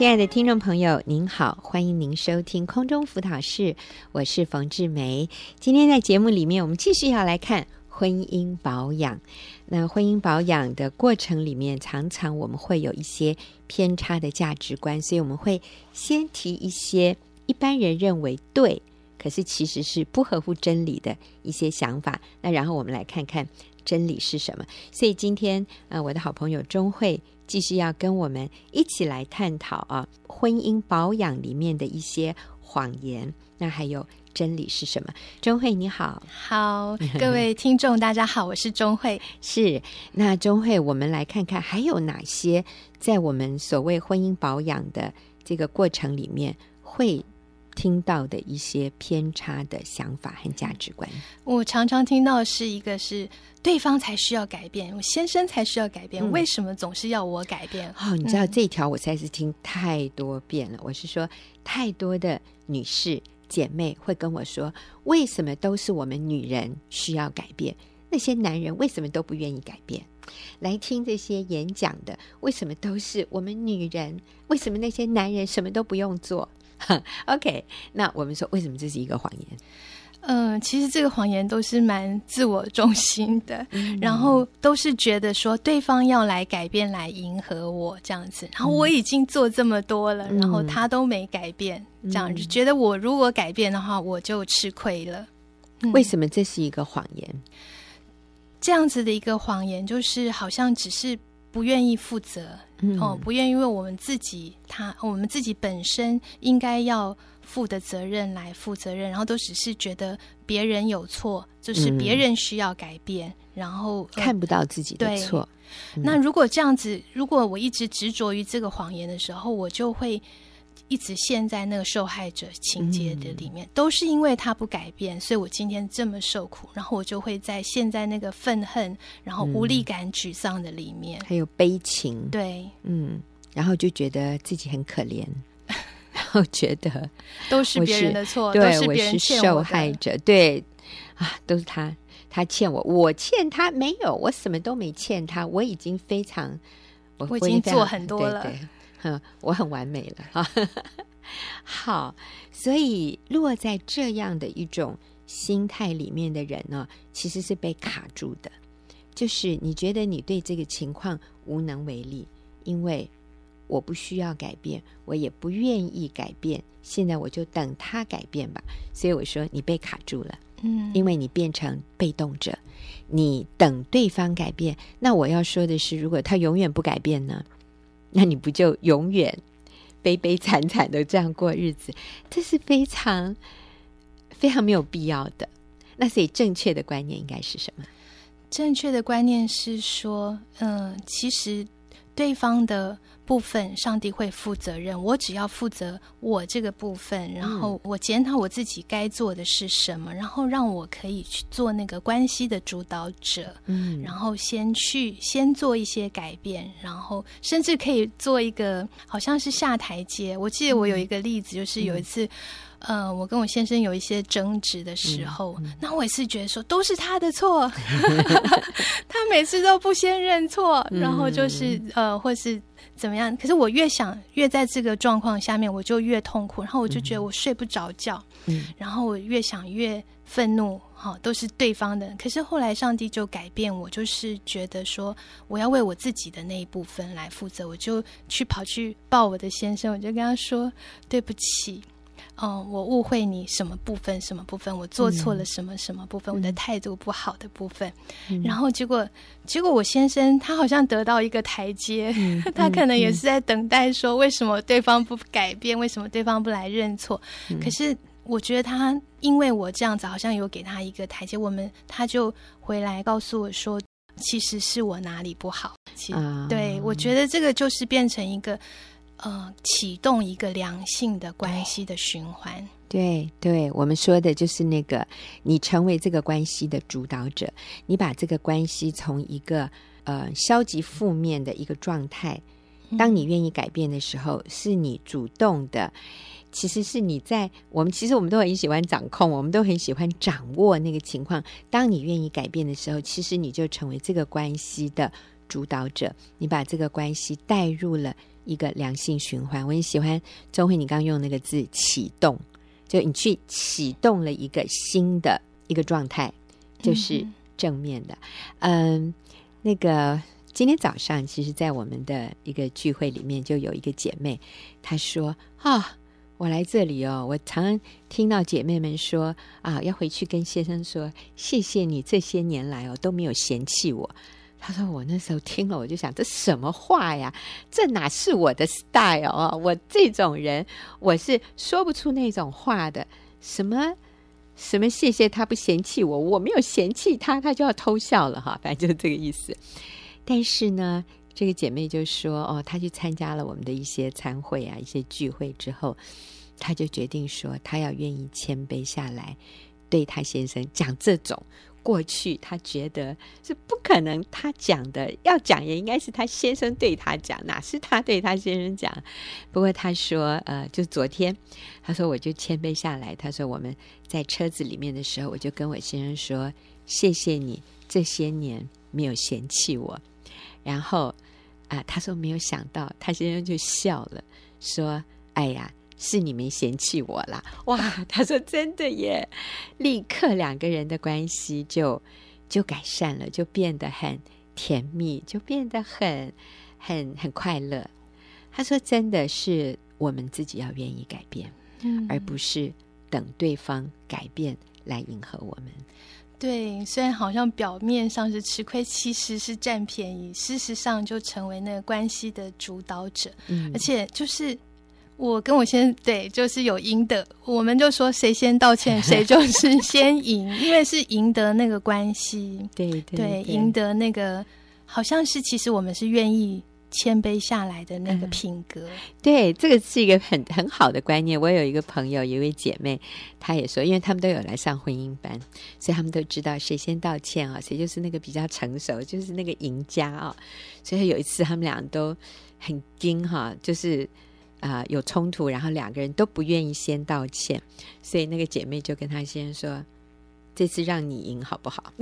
亲爱的听众朋友您好，欢迎您收听空中辅导室，我是冯志梅。今天在节目里面我们继续要来看婚姻保养。那婚姻保养的过程里面，常常我们会有一些偏差的价值观，所以我们会先提一些一般人认为对，可是其实是不合乎真理的一些想法，那然后我们来看看真理是什么。所以今天我的好朋友钟慧继续要跟我们一起来探讨婚姻保养里面的一些谎言，那还有真理是什么。钟慧你好。 好，各位听众大家好，我是钟慧。 是，那钟慧我们来看看还有哪些在我们所谓婚姻保养的这个过程里面会听到的一些偏差的想法和价值观。 我常常听到是一个是对方才需要改变，我先生才需要改变，为什么总是要我改变？ 你知道这一条我实在是听太多遍了，我是说太多的女士姐妹会跟我说，为什么都是我们女人需要改变，那些男人为什么都不愿意改变？来听这些演讲的为什么都是我们女人，为什么那些男人什么都不用做？OK， 那我们说为什么这是一个谎言？ 其实这个谎言都是蛮自我中心的，然后都是觉得说对方要来改变来迎合我这样子，然后我已经做这么多了，然后他都没改变，这样就觉得我如果改变的话我就吃亏了。 为什么这是一个谎言？ 这样子的一个谎言就是好像只是不愿意负责，不愿意为我们自己本身应该要负的责任来负责任，然后都只是觉得别人有错，就是别人需要改变，然后看不到自己的错。 那如果这样子，如果我一直执着于这个谎言的时候，我就会一直陷在那个受害者情节的里面，都是因为他不改变，所以我今天这么受苦，然后我就会陷在那个愤恨然后无力感沮丧的里面， 还有悲情。 对， 然后就觉得自自己很可怜然后觉得都是别人的错， 对， 都是别人欠我的， 我是受害者，对都是他欠我，我欠他没有，我什么都没欠他，我已经非常我已经做很多了， 对我很完美了好，所以落在这样的一种心态里面的人呢，其实是被卡住的，就是你觉得你对这个情况无能为力，因为我不需要改变，我也不愿意改变，现在我就等他改变吧。所以我说你被卡住了，因为你变成被动者，你等对方改变。那我要说的是，如果他永远不改变呢，那你不就永远悲悲惨惨的这样过日子？这是非常非常没有必要的。那所以正确的观念应该是什么？ 正确的观念是说其实对方的部分上帝会负责任，我只要负责我这个部分，然后我检讨我自己该做的是什么，然后让我可以去做那个关系的主导者，然后先做一些改变，然后甚至可以做一个好像是下台阶。我记得我有一个例子，就是有一次我跟我先生有一些争执的时候，那我也是觉得说都是他的错他每次都不先认错，然后就是或是怎么样，可是我越想越在这个状况下面我就越痛苦，然后我就觉得我睡不着觉，然后我越想越愤怒，都是对方的。可是后来上帝就改变我，就是觉得说我要为我自己的那一部分来负责，我就跑去抱我的先生，我就跟他说对不起，我误会你什么部分，我做错了什么部分，我的态度不好的部分，然后结果我先生他好像得到一个台阶，他可能也是在等待说为什么对方不改变，为什么对方不来认错，可是我觉得他因为我这样子好像有给他一个台阶，他就回来告诉我说其实是我哪里不好，对，我觉得这个就是变成一个启动一个良性的关系的循环。 对对，我们说的就是那个你成为这个关系的主导者，你把这个关系从一个消极负面的一个状态，当你愿意改变的时候，是你主动的，其实是你在其实我们都很喜欢掌控，我们都很喜欢掌握那个情况，当你愿意改变的时候，其实你就成为这个关系的主导者，你把这个关系带入了一个良性循环。我很喜欢钟慧你刚刚用那个字启动，就你去启动了一个新的一个状态，就是正面的。那个今天早上其实在我们的一个聚会里面就有一个姐妹，她说我来这里我常常听到姐妹们说要回去跟先生说谢谢你这些年来都没有嫌弃我。她说我那时候听了我就想这什么话呀，这哪是我的 style 我这种人我是说不出那种话的，什么谢谢他不嫌弃我，我没有嫌弃他，他就要偷笑了反正就是这个意思。但是呢这个姐妹就说她去参加了我们的一些参会一些聚会之后，她就决定说她要愿意谦卑下来，对她先生讲这种过去她觉得是不可能她讲的，要讲也应该是她先生对她讲，哪是她对她先生讲。不过她说就昨天她说我就谦卑下来，她说我们在车子里面的时候我就跟我先生说谢谢你这些年没有嫌弃我。然后他说没有想到他先生就笑了，说哎呀是你没嫌弃我啦。哇，他说真的耶，立刻两个人的关系就改善了，就变得很甜蜜，就变得很快乐。他说真的是我们自己要愿意改变，而不是等对方改变来迎合我们。 对，虽然好像表面上是吃亏，其实是占便宜，事实上就成为那个关系的主导者。而且就是我跟我先对就是有赢的，我们就说谁先道歉谁就是先赢因为是赢得那个关系。对，赢得那个好像是其实我们是愿意谦卑下来的那个品格。 对，这个是一个很好的观念。我有一个朋友，有一位姐妹，她也说因为他们都有来上婚姻班，所以他们都知道谁先道歉谁就是那个比较成熟，就是那个赢家所以有一次他们俩都很惊就是有冲突，然后两个人都不愿意先道歉，所以那个姐妹就跟她先生说这次让你赢好不好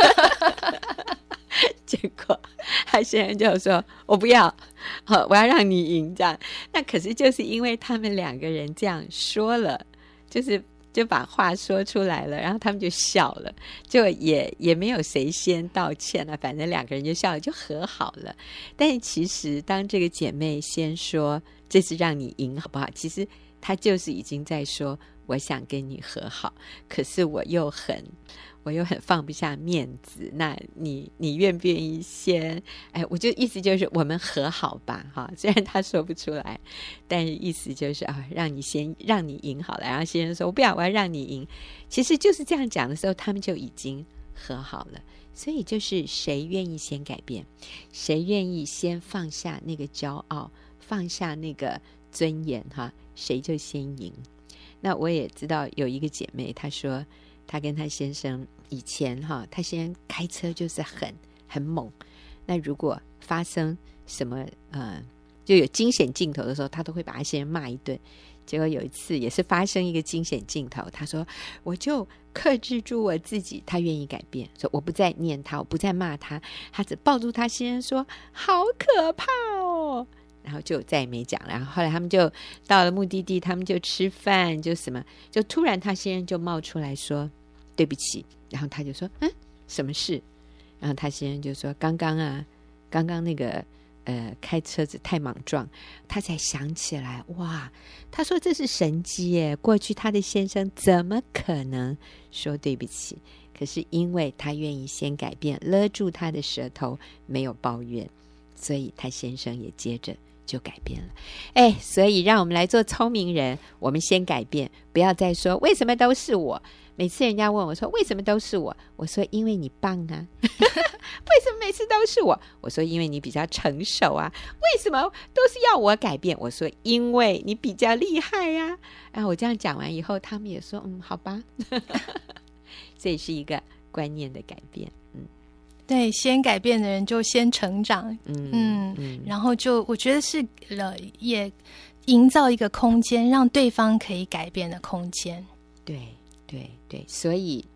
结果他先生就说我不要我要让你赢这样。那可是就是因为他们两个人这样说了，就把话说出来了，然后他们就笑了，就也没有谁先道歉了，反正两个人就笑了，就和好了。但是其实当这个姐妹先说这次让你赢好不好，其实她就是已经在说我想跟你和好，可是我又很放不下面子，那你愿不愿意先我就意思就是我们和好吧虽然他说不出来，但是意思就是让你赢好了。然后先生说我不要，我要让你赢。其实就是这样讲的时候他们就已经和好了。所以就是谁愿意先改变，谁愿意先放下那个骄傲，放下那个尊严谁就先赢。那我也知道有一个姐妹，她说她跟她先生以前她先生开车就是很猛，那如果发生什么就有惊险镜头的时候，她都会把她先生骂一顿。结果有一次也是发生一个惊险镜头，她说我就克制住我自己，她愿意改变，说我不再念她，我不再骂她，她只抱住她先生说好可怕然后就再也没讲了。然后后来他们就到了目的地，他们就吃饭，就什么，就突然他先生就冒出来说对不起。然后他就说什么事？然后他先生就说刚刚那个开车子太莽撞。他才想起来，哇，他说这是神机耶，过去他的先生怎么可能说对不起？可是因为他愿意先改变，勒住他的舌头，没有抱怨，所以他先生也接着就改变了。所以让我们来做聪明人，我们先改变，不要再说为什么都是我。每次人家问我说为什么都是我，我说因为你棒啊为什么每次都是我？我说因为你比较成熟啊。为什么都是要我改变？我说因为你比较厉害啊。然后我这样讲完以后，他们也说好吧这也是一个观念的改变。 对，先改变的人就先成长。然后就我觉得是也营造一个空间，让对方可以改变的空间。 对，所以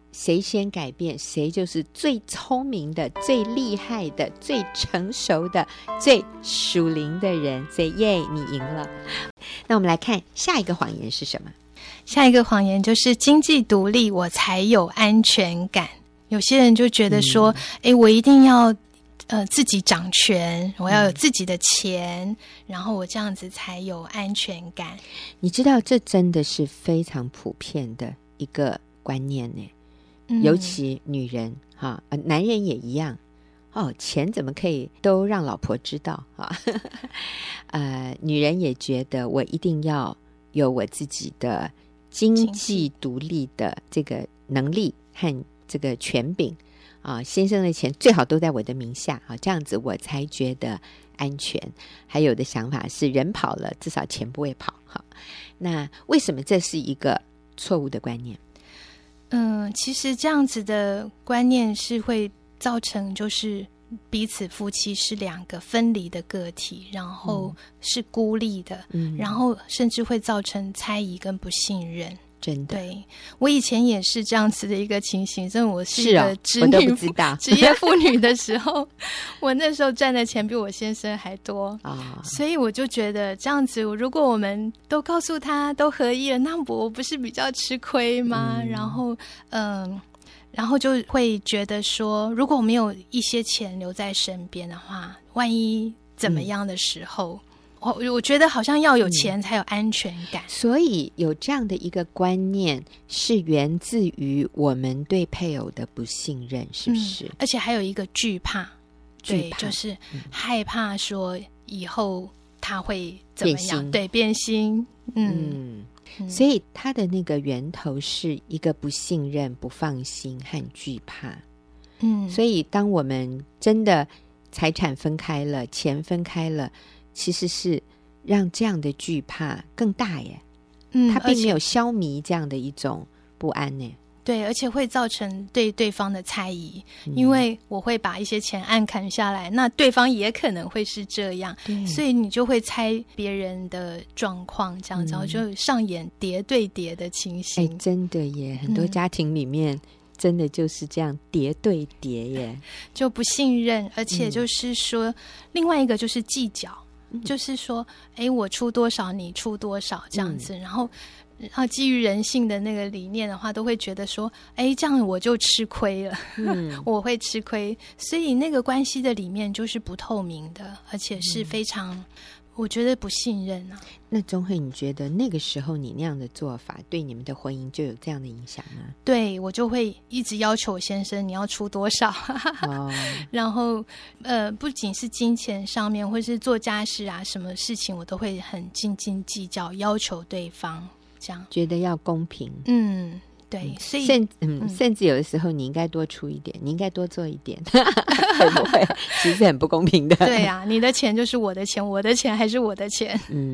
谁先改变，谁就是最聪明的、最厉害的、最成熟的、最属灵的人。所以耶，你赢了。那我们来看下一个谎言是什么？ 下一个谎言就是经济独立我才有安全感。有些人就觉得说，我一定要自己掌权，我要有自己的钱，然后我这样子才有安全感。 你知道这真的是非常普遍的一个观念呢，尤其女人男人也一样钱怎么可以都让老婆知道女人也觉得我一定要有我自己的经济独立的这个能力和这个权柄先生的钱最好都在我的名下这样子我才觉得安全。还有的想法是人跑了至少钱不会跑那为什么这是一个错误的观念？ 其实这样子的观念是会造成就是彼此夫妻是两个分离的个体，然后是孤立的，然后甚至会造成猜疑跟不信任。 真的， 对，我以前也是这样子的一个情形，真的我是一个我都不知道职业妇女的时候我那时候赚的钱比我先生还多所以我就觉得这样子如果我们都告诉他都合意了，那我不是比较吃亏吗？然后就会觉得说如果我没有一些钱留在身边的话，万一怎么样的时候我觉得好像要有钱才有安全感所以有这样的一个观念是源自于我们对配偶的不信任，是不是？ 而且还有一个惧怕，对，就是害怕说以后他会怎么样，对，变心所以他的那个源头是一个不信任、不放心和惧怕所以当我们真的财产分开了，钱分开了，其实是让这样的惧怕更大耶他并没有消弭这样的一种不安呢。 对，而且会造成对对方的猜疑因为我会把一些钱暗砍下来，那对方也可能会是这样，所以你就会猜别人的状况这样子，然后就上演叠对叠的情形真的耶，很多家庭里面真的就是这样叠对叠耶就不信任，而且就是说另外一个就是计较就是说我出多少你出多少这样子然后基于人性的那个理念的话都会觉得说这样我就吃亏了我会吃亏，所以那个关系的里面就是不透明的，而且是非常我觉得不信任那钟慧，你觉得那个时候你那样的做法对你们的婚姻就有这样的影响吗？ 对，我就会一直要求先生你要出多少然后不仅是金钱上面或是做家事什么事情我都会很斤斤计较，要求对方这样觉得要公平对，所以甚至有的时候你应该多出一点，你应该多做一点会不会其实很不公平的对你的钱就是我的钱，我的钱还是我的钱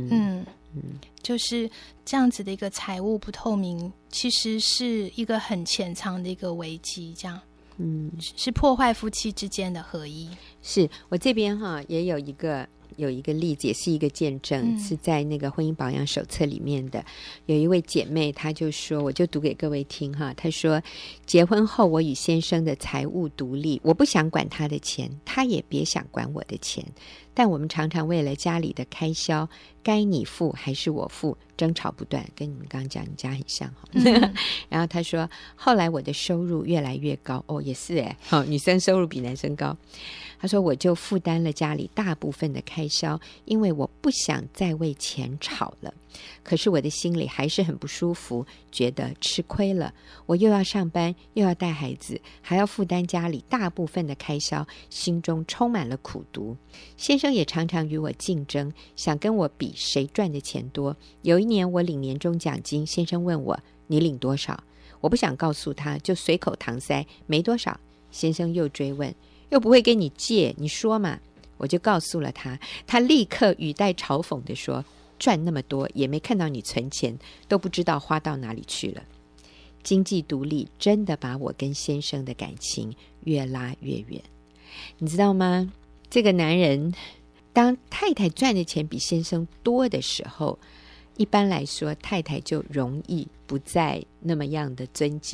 就是这样子的一个财务不透明，其实是一个很潜藏的一个危机，这样是破坏夫妻之间的合一。 是我这边也有一个例子，也是一个见证是在那个婚姻保养手册里面的。有一位姐妹她就说，我就读给各位听她说结婚后我与先生的财务独立，我不想管他的钱，他也别想管我的钱，但我们常常为了家里的开销该你付还是我付争吵不断，跟你们刚刚讲你家很像然后她说后来我的收入越来越高也是女生收入比男生高，她说我就负担了家里大部分的开销，因为我不想再为钱吵了，可是我的心里还是很不舒服，觉得吃亏了，我又要上班又要带孩子，还要负担家里大部分的开销，心中充满了苦毒。先生也常常与我竞争，想跟我比谁赚的钱多。有一年我领年终奖金，先生问我你领多少，我不想告诉他，就随口搪塞没多少。先生又追问，又不会跟你借，你说嘛。我就告诉了他，他立刻语带嘲讽地说，赚那么多也没看到你存钱，都不知道花到哪里去了。经济独立真的把我跟先生的感情越拉越远。你知道吗？这个男人当太太赚的钱比先生多的时候，一般来说太太就容易不再那么样的尊敬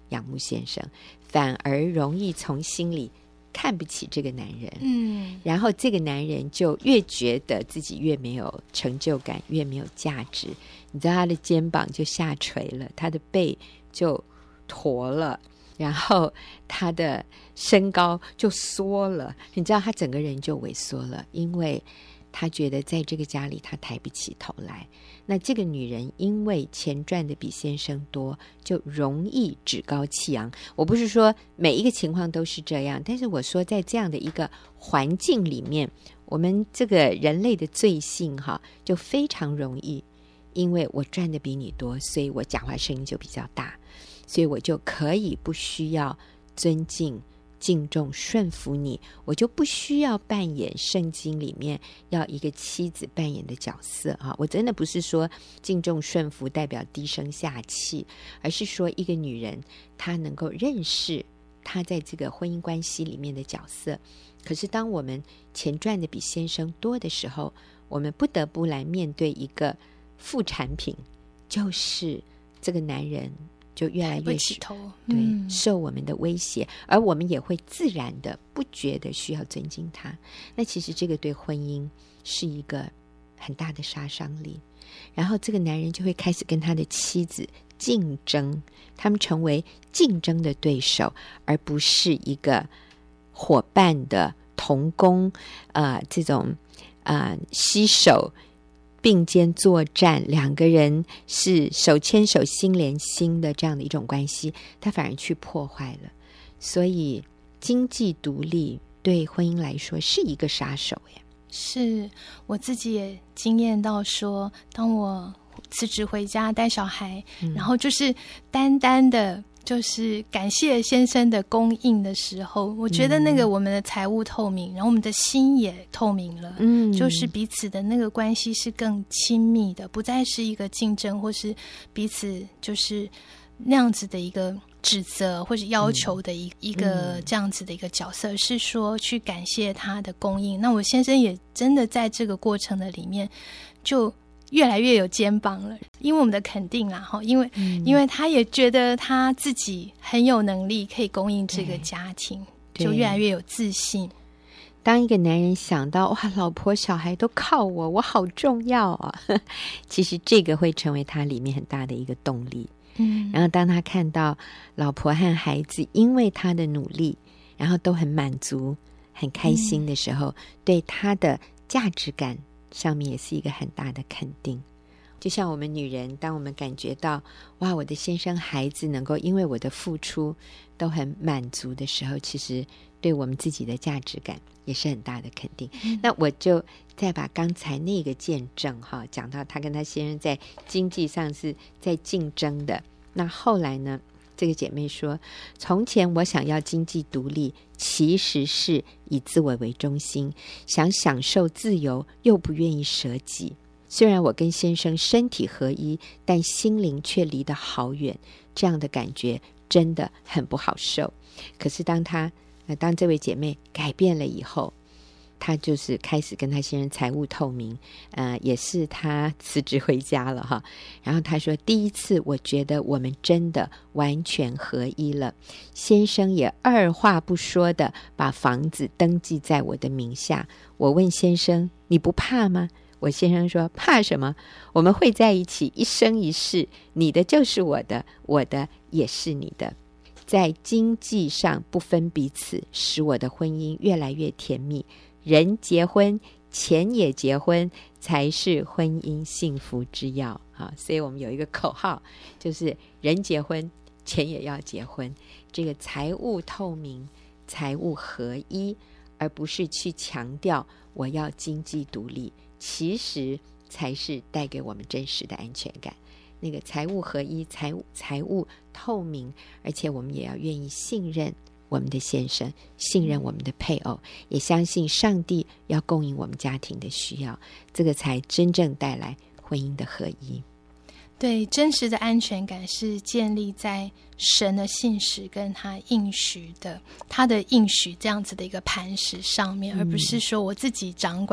仰慕先生，反而容易从心里看不起这个男人。然后这个男人就越觉得自己越没有成就感，越没有价值。你知道他的肩膀就下垂了，他的背就驼了，然后他的身高就缩了，你知道他整个人就萎缩了，因为他觉得在这个家里他抬不起头来。那这个女人因为钱赚的比先生多，就容易趾高气扬。我不是说每一个情况都是这样，但是我说在这样的一个环境里面，我们这个人类的罪性就非常容易，因为我赚的比你多，所以我讲话声音就比较大，所以我就可以不需要尊敬敬重顺服你，我就不需要扮演圣经里面要一个妻子扮演的角色我真的不是说敬重顺服代表低声下气，而是说一个女人她能够认识她在这个婚姻关系里面的角色。可是当我们钱赚的比先生多的时候，我们不得不来面对一个副产品，就是这个男人就越来越受我们的威胁，而我们也会自然的不觉得需要尊敬他。那其实这个对婚姻是一个很大的杀伤力。然后这个男人就会开始跟他的妻子竞争，他们成为竞争的对手，而不是一个伙伴的同工这种携手并肩作战，两个人是手牵手心连心的这样的一种关系，他反而去破坏了。所以经济独立对婚姻来说是一个杀手耶。 是，我自己也经验到说，当我辞职回家带小孩，然后就是单单的就是感谢先生的供应的时候，我觉得那个我们的财务透明，然后我们的心也透明了，就是彼此的那个关系是更亲密的，不再是一个竞争或是彼此就是那样子的一个指责或者要求的一个这样子的一个角色，是说去感谢他的供应。那我先生也真的在这个过程的里面就越来越有肩膀了，因为我们的肯定啦，因为他也觉得他自己很有能力可以供应这个家庭，就越来越有自信。 当一个男人想到哇，老婆小孩都靠我，我好重要啊，其实这个会成为他里面很大的一个动力。然后当他看到老婆和孩子因为他的努力然后都很满足很开心的时候，对他的价值感上面也是一个很大的肯定。就像我们女人，当我们感觉到哇，我的先生孩子能够因为我的付出都很满足的时候，其实对我们自己的价值感也是很大的肯定。那我就再把刚才那个见证讲到他跟他先生在经济上是在竞争的。那后来呢，这个姐妹说，从前我想要经济独立，其实是以自我为中心，想享受自由又不愿意舍己。虽然我跟先生身体合一，但心灵却离得好远，这样的感觉真的很不好受。可是当这位姐妹改变了以后，她就是开始跟她先生财务透明，也是她辞职回家了然后她说，第一次我觉得我们真的完全合一了，先生也二话不说的把房子登记在我的名下。我问先生，你不怕吗？我先生说，怕什么？我们会在一起一生一世，你的就是我的，我的也是你的。在经济上不分彼此，使我的婚姻越来越甜蜜。人结婚，钱也结婚，才是婚姻幸福之要所以我们有一个口号，就是人结婚，钱也要结婚。这个财务透明，财务合一，而不是去强调我要经济独立，其实才是带给我们真实的安全感。那个财务合一，财务透明，而且我们也要愿意信任我们的先生，信任我们的配偶，也相信上帝要供应我们家庭的需要，这个才真正带来婚姻的合一。 对，真实的安全感是建立在神的信实跟他应许的这样子的一个磐石上面，而不是说我自己掌管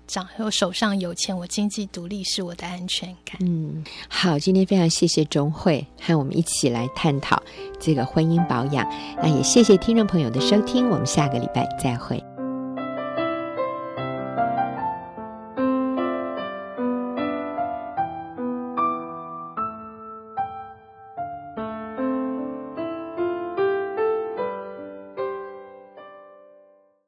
我手上有钱，我经济独立是我的安全感。 好，今天非常谢谢钟慧和我们一起来探讨这个婚姻保养，那也谢谢听众朋友的收听，我们下个礼拜再会。